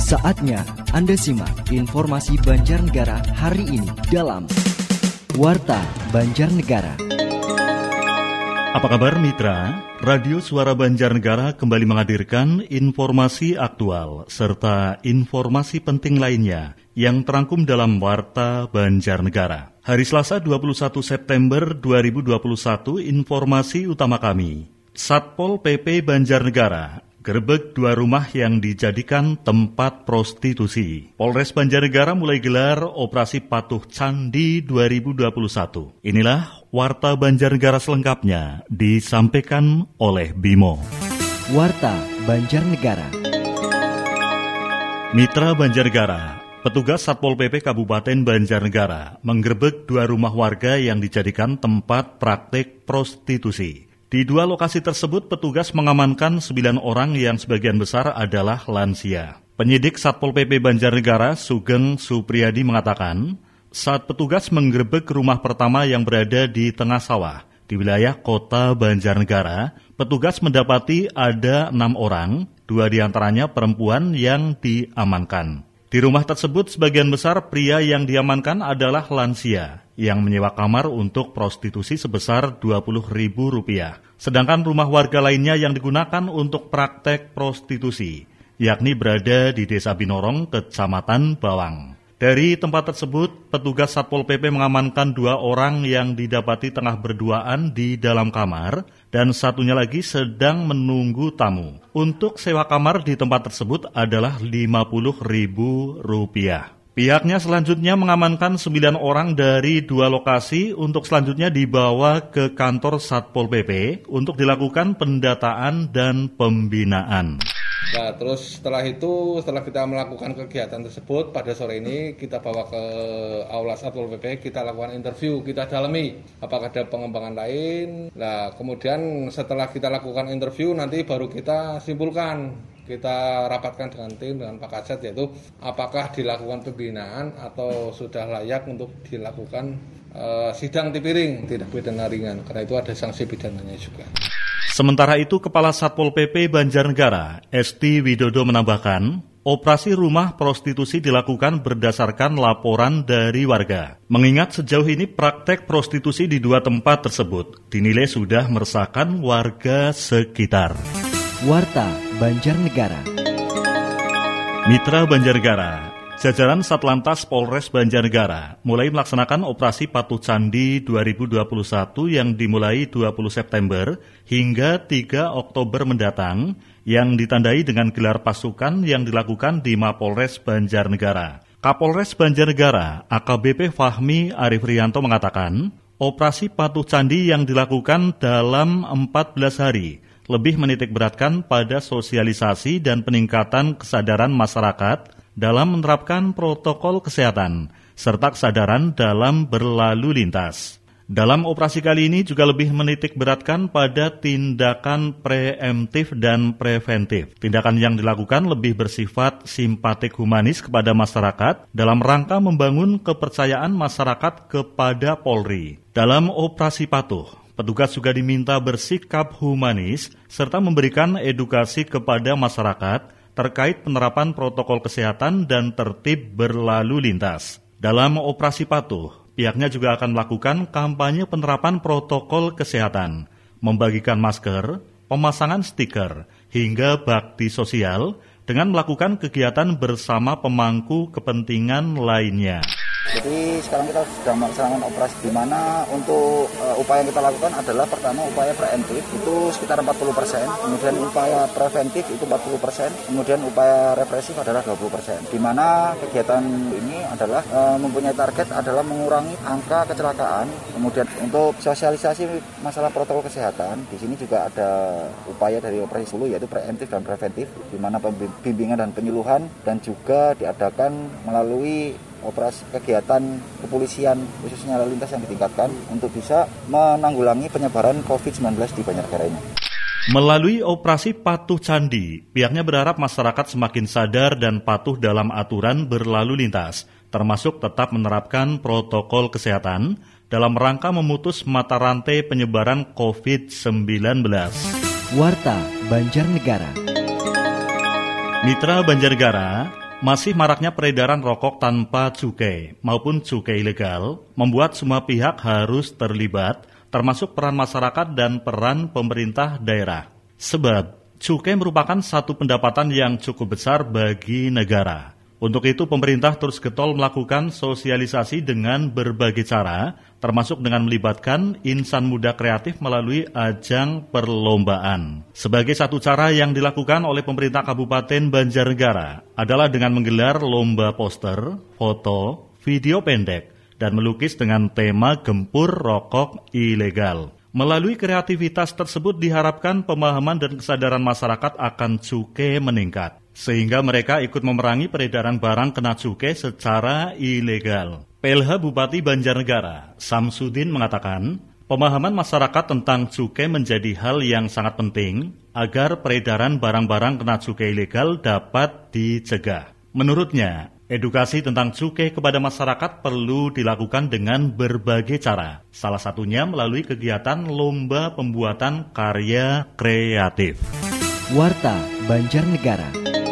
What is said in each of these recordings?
Saatnya Anda simak informasi Banjarnegara hari ini dalam Warta Banjarnegara. Apa kabar mitra? Radio Suara Banjarnegara kembali menghadirkan informasi aktual serta informasi penting lainnya yang terangkum dalam Warta Banjarnegara. Hari Selasa 21 September 2021, informasi utama kami. Satpol PP Banjarnegara gerebek 2 rumah yang dijadikan tempat prostitusi. Polres Banjarnegara mulai gelar operasi patuh candi 2021. Inilah Warta Banjarnegara selengkapnya disampaikan oleh Bimo. Warta Banjarnegara. Mitra Banjarnegara, petugas Satpol PP Kabupaten Banjarnegara menggerebek 2 rumah warga yang dijadikan tempat praktik prostitusi. Di 2 lokasi tersebut, petugas mengamankan 9 orang yang sebagian besar adalah lansia. Penyidik Satpol PP Banjarnegara, Sugeng Supriyadi mengatakan, saat petugas menggerebek rumah pertama yang berada di tengah sawah, di wilayah kota Banjarnegara, petugas mendapati ada 6 orang, 2 diantaranya perempuan yang diamankan. Di rumah tersebut, sebagian besar pria yang diamankan adalah lansia yang menyewa kamar untuk prostitusi sebesar Rp20.000. Sedangkan rumah warga lainnya yang digunakan untuk praktek prostitusi, yakni berada di Desa Binorong, Kecamatan Bawang. Dari tempat tersebut, petugas Satpol PP mengamankan 2 orang yang didapati tengah berduaan di dalam kamar dan satunya lagi sedang menunggu tamu. Untuk sewa kamar di tempat tersebut adalah Rp50.000. Pihaknya selanjutnya mengamankan 9 orang dari 2 lokasi untuk selanjutnya dibawa ke kantor Satpol PP untuk dilakukan pendataan dan pembinaan. Nah, terus setelah kita melakukan kegiatan tersebut, pada sore ini kita bawa ke aula Satpol PP, kita lakukan interview, kita dalami apakah ada pengembangan lain. Nah, kemudian setelah kita lakukan interview, nanti baru kita simpulkan, kita rapatkan dengan tim, dengan Pak Kasat, yaitu apakah dilakukan pembinaan atau sudah layak untuk dilakukan sidang tipiring, tindak pidana ringan, karena itu ada sanksi pidananya juga. Sementara itu, Kepala Satpol PP Banjarnegara, Esti Widodo menambahkan, operasi rumah prostitusi dilakukan berdasarkan laporan dari warga. Mengingat sejauh ini praktek prostitusi di 2 tempat tersebut dinilai sudah meresahkan warga sekitar. Warta Banjarnegara. Mitra Banjarnegara, jajaran Satlantas Polres Banjarnegara mulai melaksanakan operasi patuh candi 2021 yang dimulai 20 September hingga 3 Oktober mendatang yang ditandai dengan gelar pasukan yang dilakukan di Mapolres Banjarnegara. Kapolres Banjarnegara, AKBP Fahmi Arif Rianto mengatakan, operasi patuh candi yang dilakukan dalam 14 hari lebih menitikberatkan pada sosialisasi dan peningkatan kesadaran masyarakat dalam menerapkan protokol kesehatan, serta kesadaran dalam berlalu lintas. Dalam operasi kali ini juga lebih menitikberatkan pada tindakan preemptif dan preventif. Tindakan yang dilakukan lebih bersifat simpatik humanis kepada masyarakat dalam rangka membangun kepercayaan masyarakat kepada Polri. Dalam operasi patuh, petugas juga diminta bersikap humanis serta memberikan edukasi kepada masyarakat terkait penerapan protokol kesehatan dan tertib berlalu lintas. Dalam operasi patuh, pihaknya juga akan melakukan kampanye penerapan protokol kesehatan, membagikan masker, pemasangan stiker, hingga bakti sosial dengan melakukan kegiatan bersama pemangku kepentingan lainnya. Jadi sekarang kita sedang melaksanakan operasi di mana untuk upaya yang kita lakukan adalah pertama upaya preemptif itu sekitar 40%, kemudian upaya preventif itu 40%, kemudian upaya represif adalah 20%. Di mana kegiatan ini adalah mempunyai target adalah mengurangi angka kecelakaan, kemudian untuk sosialisasi masalah protokol kesehatan. Di sini juga ada upaya dari operasi hulu yaitu preemptif dan preventif, di mana pembimbingan dan penyuluhan dan juga diadakan melalui operasi kegiatan kepolisian khususnya lalu lintas yang ditingkatkan untuk bisa menanggulangi penyebaran COVID-19 di Banjarnegara ini. Melalui operasi patuh candi, pihaknya berharap masyarakat semakin sadar dan patuh dalam aturan berlalu lintas, termasuk tetap menerapkan protokol kesehatan dalam rangka memutus mata rantai penyebaran COVID-19. Warta Banjarnegara. Mitra Banjarnegara, Masih maraknya peredaran rokok tanpa cukai maupun cukai ilegal membuat semua pihak harus terlibat, termasuk peran masyarakat dan peran pemerintah daerah. Sebab cukai merupakan satu pendapatan yang cukup besar bagi negara. Untuk itu pemerintah terus getol melakukan sosialisasi dengan berbagai cara, termasuk dengan melibatkan insan muda kreatif melalui ajang perlombaan. Sebagai satu cara yang dilakukan oleh pemerintah Kabupaten Banjarnegara adalah dengan menggelar lomba poster, foto, video pendek, dan melukis dengan tema gempur rokok ilegal. Melalui kreativitas tersebut diharapkan pemahaman dan kesadaran masyarakat akan cukai meningkat, sehingga mereka ikut memerangi peredaran barang kena cukai secara ilegal. PLH Bupati Banjarnegara, Samsudin mengatakan, pemahaman masyarakat tentang cukai menjadi hal yang sangat penting agar peredaran barang-barang kena cukai ilegal dapat dicegah. Menurutnya, edukasi tentang cukai kepada masyarakat perlu dilakukan dengan berbagai cara. Salah satunya melalui kegiatan lomba pembuatan karya kreatif. Warta Banjarnegara.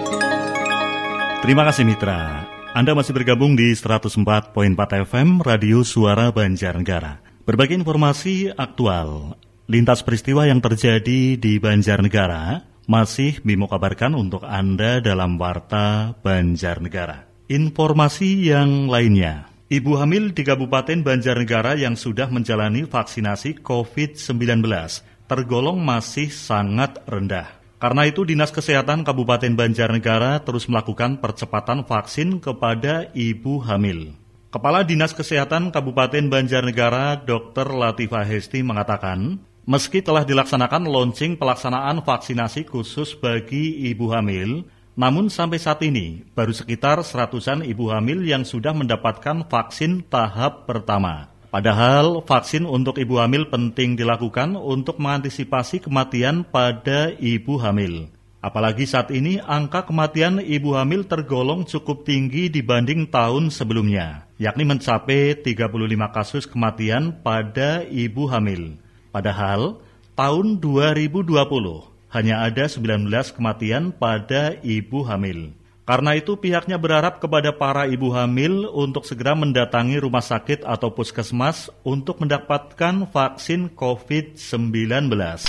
Terima kasih mitra. Anda masih bergabung di 104.4 FM Radio Suara Banjarnegara. Berbagai informasi aktual, lintas peristiwa yang terjadi di Banjarnegara masih Bimo kabarkan untuk Anda dalam Warta Banjarnegara. Informasi yang lainnya, ibu hamil di Kabupaten Banjarnegara yang sudah menjalani vaksinasi COVID-19 tergolong masih sangat rendah. Karena itu, Dinas Kesehatan Kabupaten Banjarnegara terus melakukan percepatan vaksin kepada ibu hamil. Kepala Dinas Kesehatan Kabupaten Banjarnegara, Dr. Latifah Hesti mengatakan, meski telah dilaksanakan launching pelaksanaan vaksinasi khusus bagi ibu hamil, namun sampai saat ini baru sekitar 100-an ibu hamil yang sudah mendapatkan vaksin tahap pertama. Padahal vaksin untuk ibu hamil penting dilakukan untuk mengantisipasi kematian pada ibu hamil. Apalagi saat ini angka kematian ibu hamil tergolong cukup tinggi dibanding tahun sebelumnya, yakni mencapai 35 kasus kematian pada ibu hamil. Padahal tahun 2020 hanya ada 19 kematian pada ibu hamil. Karena itu pihaknya berharap kepada para ibu hamil untuk segera mendatangi rumah sakit atau puskesmas untuk mendapatkan vaksin COVID-19.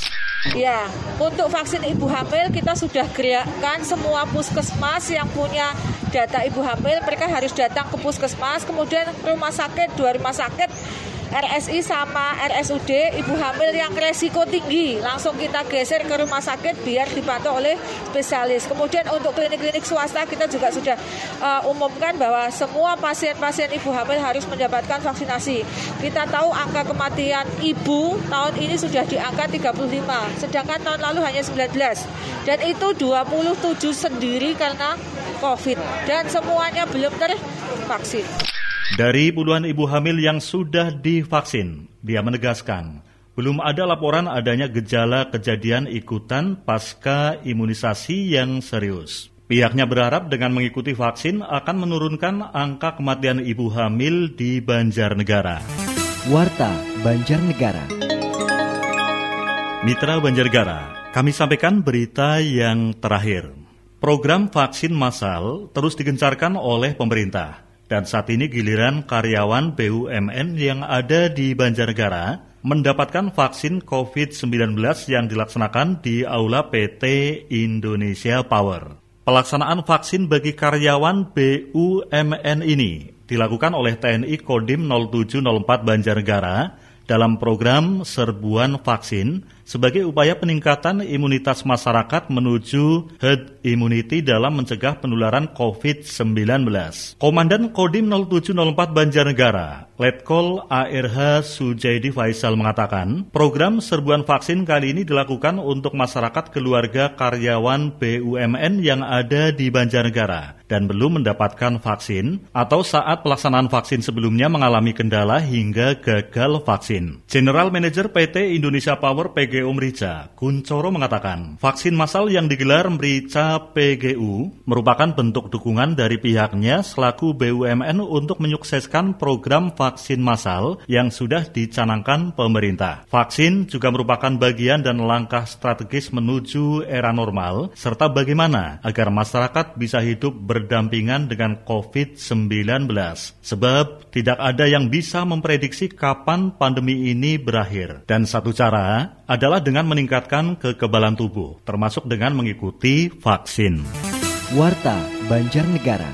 Ya, untuk vaksin ibu hamil kita sudah gerakkan semua puskesmas yang punya data ibu hamil, mereka harus datang ke puskesmas, kemudian rumah sakit, 2 rumah sakit, RSI sama RSUD, ibu hamil yang resiko tinggi langsung kita geser ke rumah sakit biar dipantau oleh spesialis. Kemudian untuk klinik-klinik swasta kita juga sudah umumkan bahwa semua pasien-pasien ibu hamil harus mendapatkan vaksinasi. Kita tahu angka kematian ibu tahun ini sudah di angka 35, sedangkan tahun lalu hanya 19. Dan itu 27 sendiri karena COVID dan semuanya belum tervaksin. Dari puluhan ibu hamil yang sudah divaksin, dia menegaskan, belum ada laporan adanya gejala kejadian ikutan pasca imunisasi yang serius. Pihaknya berharap dengan mengikuti vaksin akan menurunkan angka kematian ibu hamil di Banjarnegara. Warta Banjarnegara. Mitra Banjarnegara, kami sampaikan berita yang terakhir. Program vaksin massal terus digencarkan oleh pemerintah. Dan saat ini giliran karyawan BUMN yang ada di Banjarnegara mendapatkan vaksin COVID-19 yang dilaksanakan di Aula PT Indonesia Power. Pelaksanaan vaksin bagi karyawan BUMN ini dilakukan oleh TNI Kodim 0704 Banjarnegara dalam program Serbuan Vaksin sebagai upaya peningkatan imunitas masyarakat menuju herd immunity dalam mencegah penularan COVID-19. Komandan Kodim 0704 Banjarnegara, Letkol ARH Sujaidi Faisal mengatakan, program serbuan vaksin kali ini dilakukan untuk masyarakat keluarga karyawan BUMN yang ada di Banjarnegara dan belum mendapatkan vaksin atau saat pelaksanaan vaksin sebelumnya mengalami kendala hingga gagal vaksin. General Manager PT Indonesia Power PGU Merica, Kuncoro mengatakan, vaksin massal yang digelar Merica PGU merupakan bentuk dukungan dari pihaknya selaku BUMN untuk menyukseskan program vaksin massal yang sudah dicanangkan pemerintah. Vaksin juga merupakan bagian dan langkah strategis menuju era normal serta bagaimana agar masyarakat bisa hidup berdampingan dengan COVID-19. Sebab tidak ada yang bisa memprediksi kapan pandemi ini berakhir. Dan satu cara adalah dengan meningkatkan kekebalan tubuh, termasuk dengan mengikuti vaksin. Warta Banjarnegara.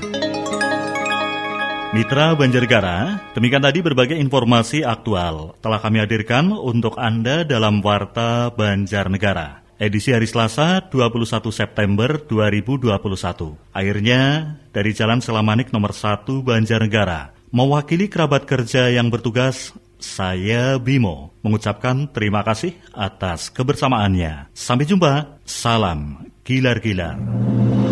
Mitra Banjarnegara, demikian tadi berbagai informasi aktual telah kami hadirkan untuk Anda dalam Warta Banjarnegara. Edisi hari Selasa 21 September 2021. Akhirnya dari Jalan Selamanik nomor 1 Banjarnegara. Mewakili kerabat kerja yang bertugas, saya Bimo mengucapkan terima kasih atas kebersamaannya. Sampai jumpa, salam gilar-gilar.